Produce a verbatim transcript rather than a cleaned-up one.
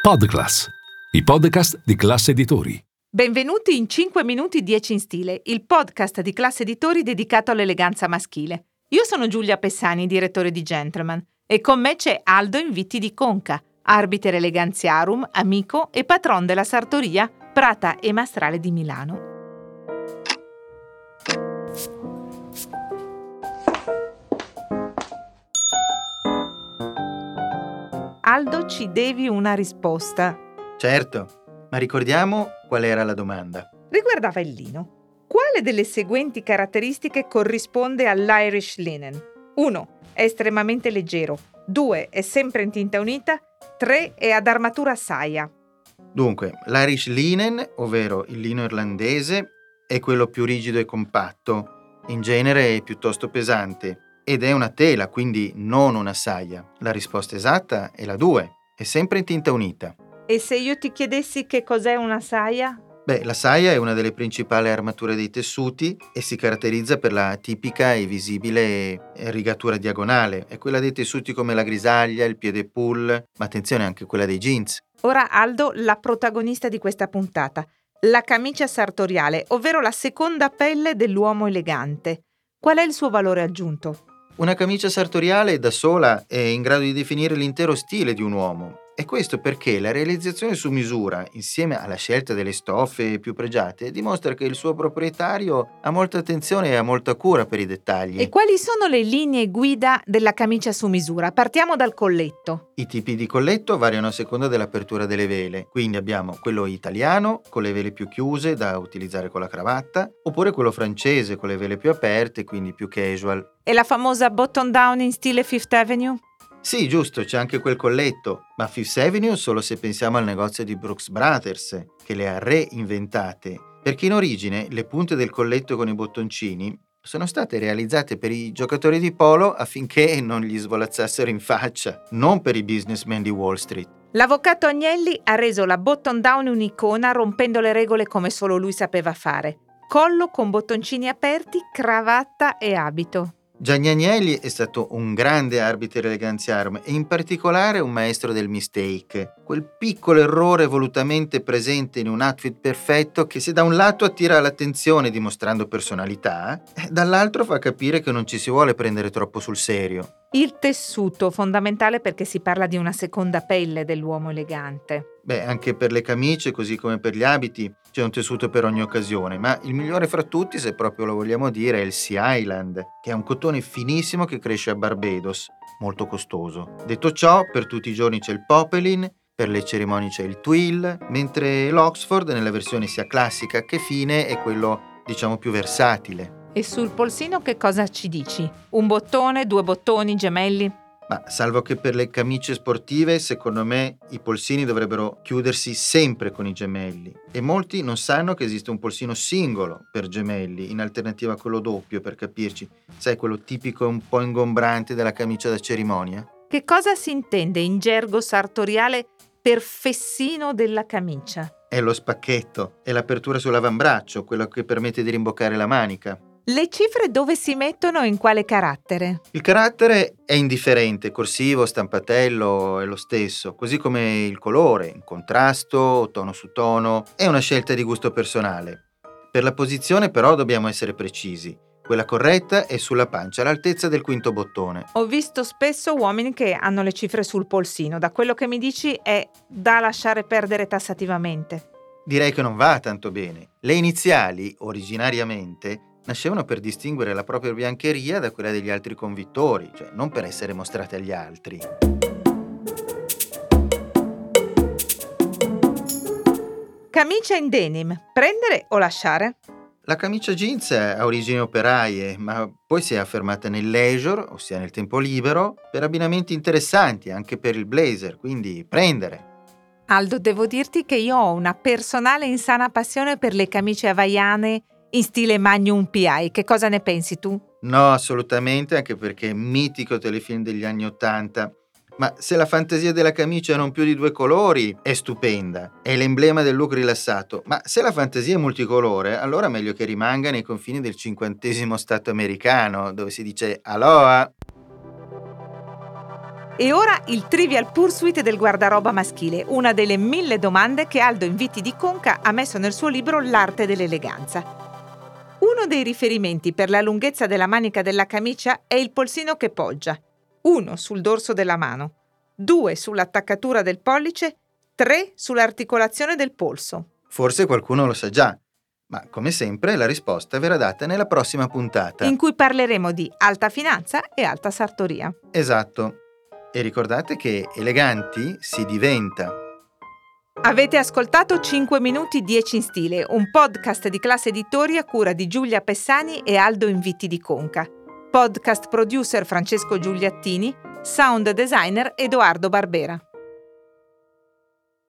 Podclass, i podcast di Classe Editori. Benvenuti in cinque minuti dieci in stile, il podcast di Classe Editori dedicato all'eleganza maschile. Io sono Giulia Pessani, direttore di Gentleman, e con me c'è Aldo Invitti di Conca, arbiter elegantiarum, amico e patron della sartoria Prata e Mastrale di Milano. Aldo, ci devi una risposta. Certo, ma ricordiamo qual era la domanda. Riguardava il lino. Quale delle seguenti caratteristiche corrisponde all'Irish linen? uno. È estremamente leggero. due. È sempre in tinta unita. tre. È ad armatura a saia. Dunque, l'Irish linen, ovvero il lino irlandese, è quello più rigido e compatto, in genere è piuttosto pesante, ed è una tela, quindi non una saia. La risposta esatta è la due, è sempre in tinta unita. E se io ti chiedessi che cos'è una saia? Beh, la saia è una delle principali armature dei tessuti e si caratterizza per la tipica e visibile rigatura diagonale. È quella dei tessuti come la grisaglia, il piede pull, ma attenzione anche quella dei jeans. Ora Aldo, la protagonista di questa puntata, la camicia sartoriale, ovvero la seconda pelle dell'uomo elegante. Qual è il suo valore aggiunto? Una camicia sartoriale da sola è in grado di definire l'intero stile di un uomo. E questo perché la realizzazione su misura, insieme alla scelta delle stoffe più pregiate, dimostra che il suo proprietario ha molta attenzione e ha molta cura per i dettagli. E quali sono le linee guida della camicia su misura? Partiamo dal colletto. I tipi di colletto variano a seconda dell'apertura delle vele, quindi abbiamo quello italiano con le vele più chiuse da utilizzare con la cravatta, oppure quello francese con le vele più aperte, quindi più casual. E la famosa button down in stile Fifth Avenue? Sì, giusto, c'è anche quel colletto, ma Fifth Avenue solo se pensiamo al negozio di Brooks Brothers, che le ha reinventate, perché in origine le punte del colletto con i bottoncini sono state realizzate per i giocatori di polo affinché non gli svolazzassero in faccia, non per i businessmen di Wall Street. L'avvocato Agnelli ha reso la button down un'icona rompendo le regole come solo lui sapeva fare. Collo con bottoncini aperti, cravatta e abito. Gianni Agnelli è stato un grande arbitro elegantiarum e in particolare un maestro del mistake, quel piccolo errore volutamente presente in un outfit perfetto che se da un lato attira l'attenzione dimostrando personalità, dall'altro fa capire che non ci si vuole prendere troppo sul serio. Il tessuto, fondamentale perché si parla di una seconda pelle dell'uomo elegante. Beh, anche per le camicie, così come per gli abiti, c'è un tessuto per ogni occasione, ma il migliore fra tutti, se proprio lo vogliamo dire, è il Sea Island, che è un cotone finissimo che cresce a Barbados, molto costoso. Detto ciò, per tutti i giorni c'è il poplin, per le cerimonie c'è il twill, mentre l'Oxford, nella versione sia classica che fine, è quello, diciamo, più versatile. E sul polsino che cosa ci dici? Un bottone, due bottoni, gemelli? Ma salvo che per le camicie sportive, secondo me, i polsini dovrebbero chiudersi sempre con i gemelli. E molti non sanno che esiste un polsino singolo per gemelli, in alternativa a quello doppio, per capirci. Sai, quello tipico e un po' ingombrante della camicia da cerimonia? Che cosa si intende in gergo sartoriale per fessino della camicia? È lo spacchetto, è l'apertura sull'avambraccio, quello che permette di rimboccare la manica. Le cifre dove si mettono e in quale carattere? Il carattere è indifferente, corsivo, stampatello, è lo stesso, così come il colore, in contrasto, tono su tono, è una scelta di gusto personale. Per la posizione però dobbiamo essere precisi. Quella corretta è sulla pancia, all'altezza del quinto bottone. Ho visto spesso uomini che hanno le cifre sul polsino. Da quello che mi dici è da lasciare perdere tassativamente. Direi che non va tanto bene. Le iniziali, originariamente, nascevano per distinguere la propria biancheria da quella degli altri convittori, cioè non per essere mostrate agli altri. Camicia in denim, prendere o lasciare? La camicia jeans ha origini operaie, ma poi si è affermata nel leisure, ossia nel tempo libero, per abbinamenti interessanti, anche per il blazer, quindi prendere. Aldo, devo dirti che io ho una personale insana passione per le camicie hawaiane in stile Magnum P I. Che cosa ne pensi tu? No, assolutamente, anche perché è mitico telefilm degli anni Ottanta. Ma se la fantasia della camicia non più di due colori, è stupenda. È l'emblema del look rilassato. Ma se la fantasia è multicolore, allora meglio che rimanga nei confini del cinquantesimo stato americano, dove si dice aloha. E ora il Trivial Pursuit del guardaroba maschile, una delle mille domande che Aldo Invitti di Conca ha messo nel suo libro L'arte dell'eleganza. Uno dei riferimenti per la lunghezza della manica della camicia è il polsino che poggia. Uno sul dorso della mano, due sull'attaccatura del pollice, tre sull'articolazione del polso. Forse qualcuno lo sa già, ma come sempre la risposta verrà data nella prossima puntata. In cui parleremo di alta finanza e alta sartoria. Esatto. E ricordate che eleganti si diventa. Avete ascoltato cinque minuti dieci in stile, un podcast di Classe Editori a cura di Giulia Pessani e Aldo Invitti di Conca. Podcast producer Francesco Giuliattini, sound designer Edoardo Barbera.